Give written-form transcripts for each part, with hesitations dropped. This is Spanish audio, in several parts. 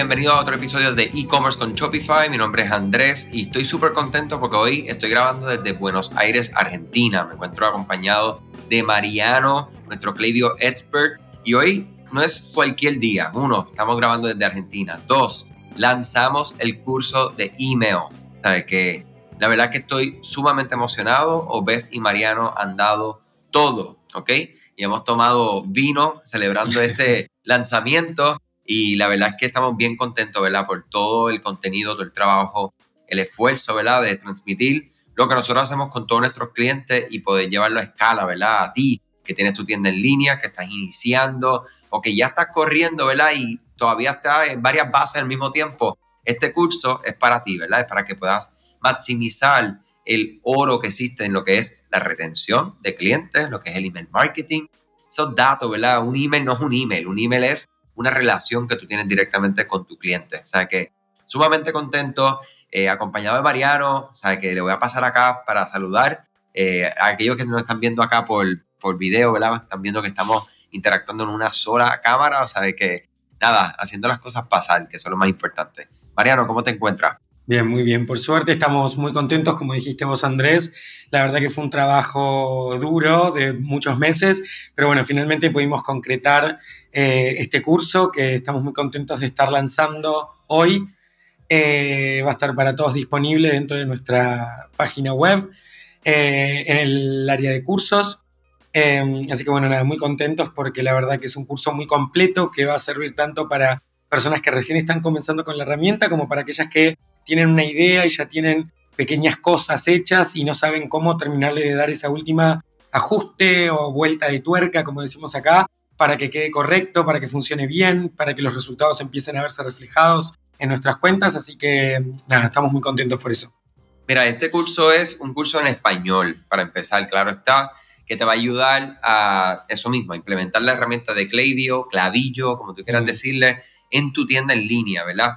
bienvenido a otro episodio de e-commerce con Shopify. Mi nombre es Andrés y estoy súper contento porque hoy estoy grabando desde Buenos Aires, Argentina. Me encuentro acompañado de Mariano, nuestro Klaviyo expert, y hoy no es cualquier día. 1, estamos grabando desde Argentina. 2, lanzamos el curso de email. ¿Sabe que la verdad que estoy sumamente emocionado? Obed y Mariano han dado todo, ¿ok? Y hemos tomado vino celebrando este lanzamiento. Y la verdad es que estamos bien contentos, ¿verdad? Por todo el contenido, todo el trabajo, el esfuerzo, ¿verdad? De transmitir lo que nosotros hacemos con todos nuestros clientes y poder llevarlo a escala, ¿verdad? A ti, que tienes tu tienda en línea, que estás iniciando o que ya estás corriendo, ¿verdad? Y todavía estás en varias bases al mismo tiempo. Este curso es para ti, ¿verdad? Es para que puedas maximizar el oro que existe en lo que es la retención de clientes, lo que es el email marketing. Esos datos, ¿verdad? Un email no es un email es una relación que tú tienes directamente con tu cliente. O sea que sumamente contento, acompañado de Mariano, o sea que le voy a pasar acá para saludar a aquellos que nos están viendo acá por video, ¿verdad? Están viendo que estamos interactuando en una sola cámara, o sea que nada, haciendo las cosas pasar, que eso es lo más importante. Mariano, ¿cómo te encuentras? Bien, muy bien. Por suerte estamos muy contentos, como dijiste vos, Andrés. La verdad que fue un trabajo duro de muchos meses, pero bueno, finalmente pudimos concretar este curso que estamos muy contentos de estar lanzando hoy. Va a estar para todos disponible dentro de nuestra página web, en el área de cursos. Así que bueno, nada, muy contentos porque la verdad que es un curso muy completo que va a servir tanto para personas que recién están comenzando con la herramienta como para aquellas que tienen una idea y ya tienen pequeñas cosas hechas y no saben cómo terminarle de dar esa última ajuste o vuelta de tuerca, como decimos acá, para que quede correcto, para que funcione bien, para que los resultados empiecen a verse reflejados en nuestras cuentas. Así que nada, estamos muy contentos por eso. Mira, este curso es un curso en español, para empezar, claro está, que te va a ayudar a eso mismo, a implementar la herramienta de Klaviyo, Clavillo, como tú quieras decirle, en tu tienda en línea, ¿verdad?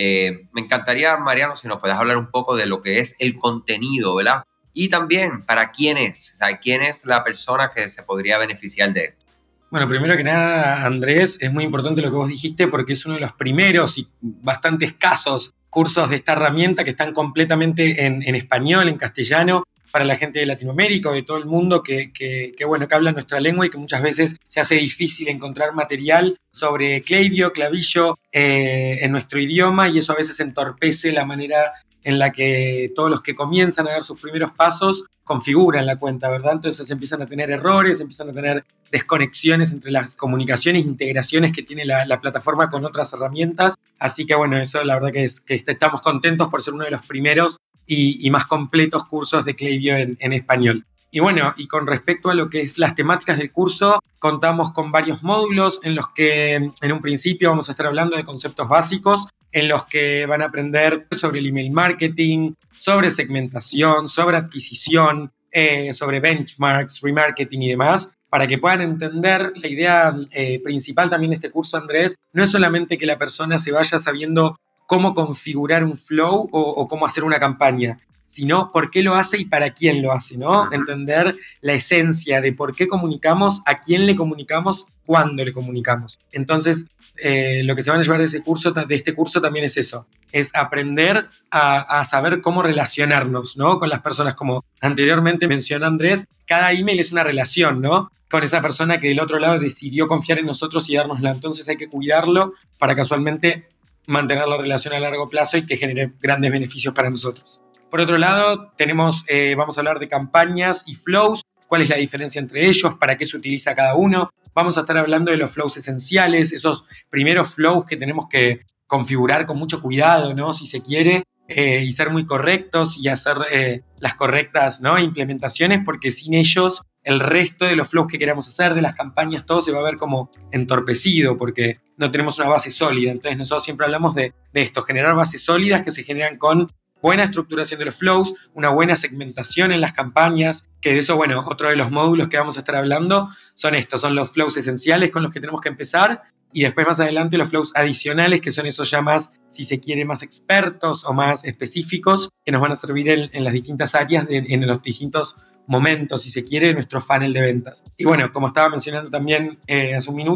Me encantaría, Mariano, si nos puedes hablar un poco de lo que es el contenido, ¿verdad? Y también para quién es, o sea, quién es la persona que se podría beneficiar de esto. Bueno, primero que nada, Andrés, es muy importante lo que vos dijiste porque es uno de los primeros y bastante escasos cursos de esta herramienta que están completamente en español, en castellano, para la gente de Latinoamérica o de todo el mundo que habla nuestra lengua y que muchas veces se hace difícil encontrar material sobre Klaviyo, Clavillo en nuestro idioma, y eso a veces entorpece la manera en la que todos los que comienzan a dar sus primeros pasos configuran la cuenta, ¿verdad? Entonces empiezan a tener errores, empiezan a tener desconexiones entre las comunicaciones e integraciones que tiene la plataforma con otras herramientas. Así que bueno, eso la verdad que estamos contentos por ser uno de los primeros y más completos cursos de Klaviyo en español. Y bueno, y con respecto a lo que es las temáticas del curso, contamos con varios módulos en los que en un principio vamos a estar hablando de conceptos básicos, en los que van a aprender sobre el email marketing, sobre segmentación, sobre adquisición, sobre benchmarks, remarketing y demás, para que puedan entender la idea principal también de este curso, Andrés. No es solamente que la persona se vaya sabiendo cómo configurar un flow o cómo hacer una campaña, sino por qué lo hace y para quién lo hace, ¿no? Entender la esencia de por qué comunicamos, a quién le comunicamos, cuándo le comunicamos. Entonces, lo que se van a llevar de este curso también es eso, es aprender a saber cómo relacionarnos, ¿no? Con las personas, como anteriormente mencionó Andrés, cada email es una relación, ¿no? Con esa persona que del otro lado decidió confiar en nosotros y dárnosla. Entonces hay que cuidarlo para casualmente mantener la relación a largo plazo y que genere grandes beneficios para nosotros. Por otro lado, vamos a hablar de campañas y flows, cuál es la diferencia entre ellos, para qué se utiliza cada uno. Vamos a estar hablando de los flows esenciales, esos primeros flows que tenemos que configurar con mucho cuidado, ¿no? Si se quiere, y ser muy correctos y hacer las correctas, ¿no? Implementaciones, porque sin ellos el resto de los flows que queramos hacer, de las campañas, todo se va a ver como entorpecido porque no tenemos una base sólida. Entonces nosotros siempre hablamos de esto, generar bases sólidas que se generan con buena estructuración de los flows, una buena segmentación en las campañas, que de eso, bueno, otro de los módulos que vamos a estar hablando son los flows esenciales con los que tenemos que empezar, y después más adelante los flows adicionales, que son esos ya más, si se quiere, más expertos o más específicos, que nos van a servir en las distintas áreas, en los distintos momentos, si se quiere, de nuestro funnel de ventas. Y bueno, como estaba mencionando también hace un minuto,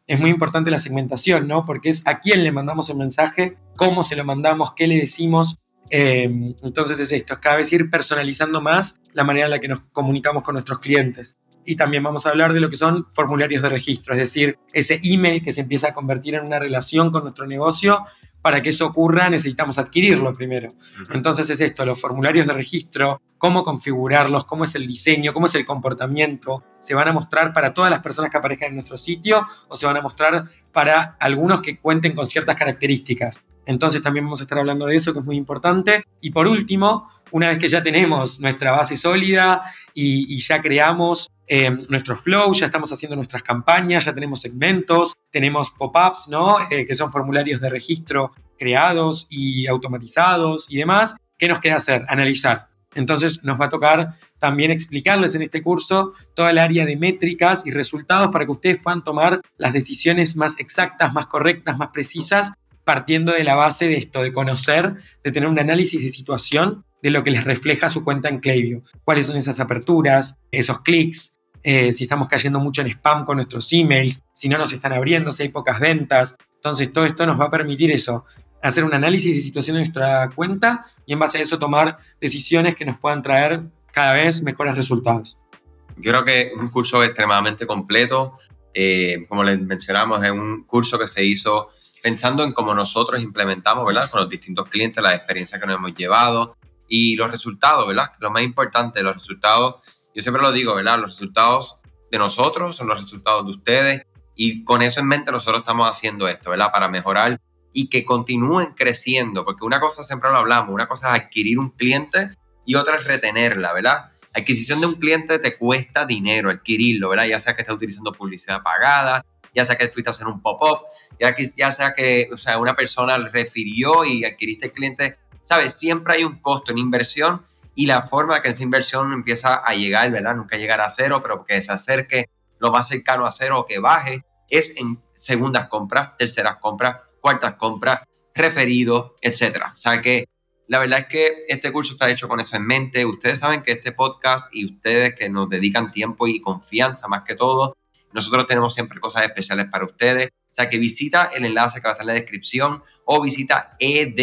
es muy importante la segmentación, ¿no? Porque es a quién le mandamos el mensaje, cómo se lo mandamos, qué le decimos. Entonces es esto, es cada vez ir personalizando más la manera en la que nos comunicamos con nuestros clientes. Y también vamos a hablar de lo que son formularios de registro, es decir, ese email que se empieza a convertir en una relación con nuestro negocio. Para que eso ocurra necesitamos adquirirlo primero. Entonces es esto, los formularios de registro, cómo configurarlos, cómo es el diseño, cómo es el comportamiento. ¿Se van a mostrar para todas las personas que aparezcan en nuestro sitio o se van a mostrar para algunos que cuenten con ciertas características? Entonces también vamos a estar hablando de eso, que es muy importante. Y por último, una vez que ya tenemos nuestra base sólida y ya creamos nuestro flow, ya estamos haciendo nuestras campañas, ya tenemos segmentos, tenemos pop-ups, ¿no? Que son formularios de registro creados y automatizados y demás. ¿Qué nos queda hacer? Analizar. Entonces nos va a tocar también explicarles en este curso toda el área de métricas y resultados para que ustedes puedan tomar las decisiones más exactas, más correctas, más precisas, partiendo de la base de esto, de conocer, de tener un análisis de situación de lo que les refleja su cuenta en Klaviyo. ¿Cuáles son esas aperturas, esos clics? Si estamos cayendo mucho en spam con nuestros emails, si no nos están abriendo, si hay pocas ventas. Entonces todo esto nos va a permitir eso, hacer un análisis de situación de nuestra cuenta y en base a eso tomar decisiones que nos puedan traer cada vez mejores resultados. Yo creo que es un curso extremadamente completo. Como les mencionamos, es un curso que se hizo pensando en cómo nosotros implementamos, ¿verdad? Con los distintos clientes, las experiencias que nos hemos llevado y los resultados, ¿verdad? Lo más importante, los resultados, yo siempre lo digo, ¿verdad? Los resultados de nosotros son los resultados de ustedes y con eso en mente nosotros estamos haciendo esto, ¿verdad? Para mejorar y que continúen creciendo, porque una cosa siempre lo hablamos, una cosa es adquirir un cliente y otra es retenerla, ¿verdad? La adquisición de un cliente te cuesta dinero adquirirlo, ¿verdad? Ya sea que estés utilizando publicidad pagada, ya sea que fuiste a hacer un pop-up, ya sea que una persona refirió y adquiriste el cliente, ¿sabes? Siempre hay un costo en inversión y la forma que esa inversión empieza a llegar, ¿verdad? Nunca llegará a cero, pero que se acerque lo más cercano a cero o que baje, es en segundas compras, terceras compras, cuartas compras, referidos, etcétera. O sea que la verdad es que este curso está hecho con eso en mente. Ustedes saben que este podcast y ustedes que nos dedican tiempo y confianza más que todo, nosotros tenemos siempre cosas especiales para ustedes. O sea que visita el enlace que va a estar en la descripción o visita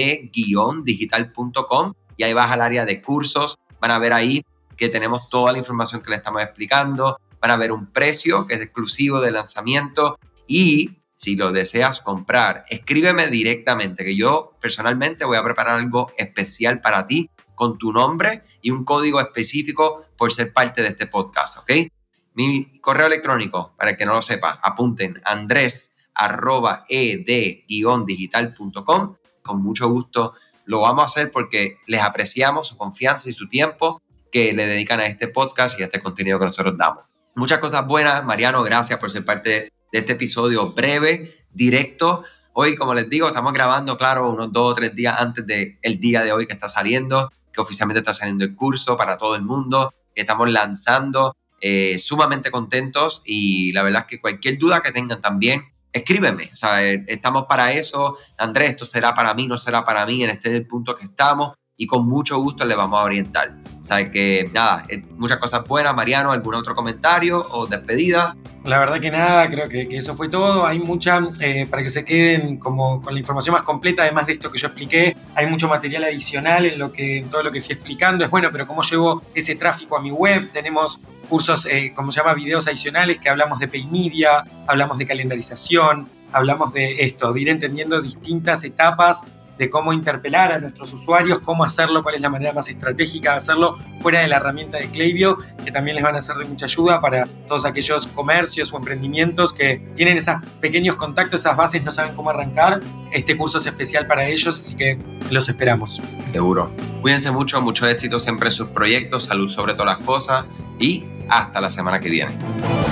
ed-digital.com y ahí vas al área de cursos. Van a ver ahí que tenemos toda la información que les estamos explicando. Van a ver un precio que es exclusivo de lanzamiento y si lo deseas comprar, escríbeme directamente que yo personalmente voy a preparar algo especial para ti con tu nombre y un código específico por ser parte de este podcast, ¿ok? Mi correo electrónico, para el que no lo sepa, apunten andres@ed-digital.com. Con mucho gusto lo vamos a hacer porque les apreciamos su confianza y su tiempo que le dedican a este podcast y a este contenido que nosotros damos. Muchas cosas buenas. Mariano, gracias por ser parte de este episodio breve, directo. Hoy, como les digo, estamos grabando, claro, unos 2 o 3 días antes del día de hoy que está saliendo, que oficialmente está saliendo el curso para todo el mundo. Estamos lanzando, sumamente contentos y la verdad es que cualquier duda que tengan también, escríbeme. O sea, estamos para eso. Andrés, esto será para mí, no será para mí, en el punto que estamos y con mucho gusto le vamos a orientar. O sea, que nada, muchas cosas buenas. Mariano, ¿algún otro comentario o despedida? La verdad que nada, creo que eso fue todo. Hay mucha, para que se queden como con la información más completa, además de esto que yo expliqué, hay mucho material adicional en todo lo que fui explicando. Es bueno, pero cómo llevo ese tráfico a mi web. Tenemos cursos, como se llama, videos adicionales que hablamos de Pay Media, hablamos de calendarización, hablamos de esto, de ir entendiendo distintas etapas de cómo interpelar a nuestros usuarios, cómo hacerlo, cuál es la manera más estratégica de hacerlo fuera de la herramienta de Klaviyo, que también les van a ser de mucha ayuda para todos aquellos comercios o emprendimientos que tienen esos pequeños contactos, esas bases, no saben cómo arrancar. Este curso es especial para ellos, así que los esperamos. Seguro. Cuídense mucho, mucho éxito siempre en sus proyectos, salud sobre todas las cosas y hasta la semana que viene.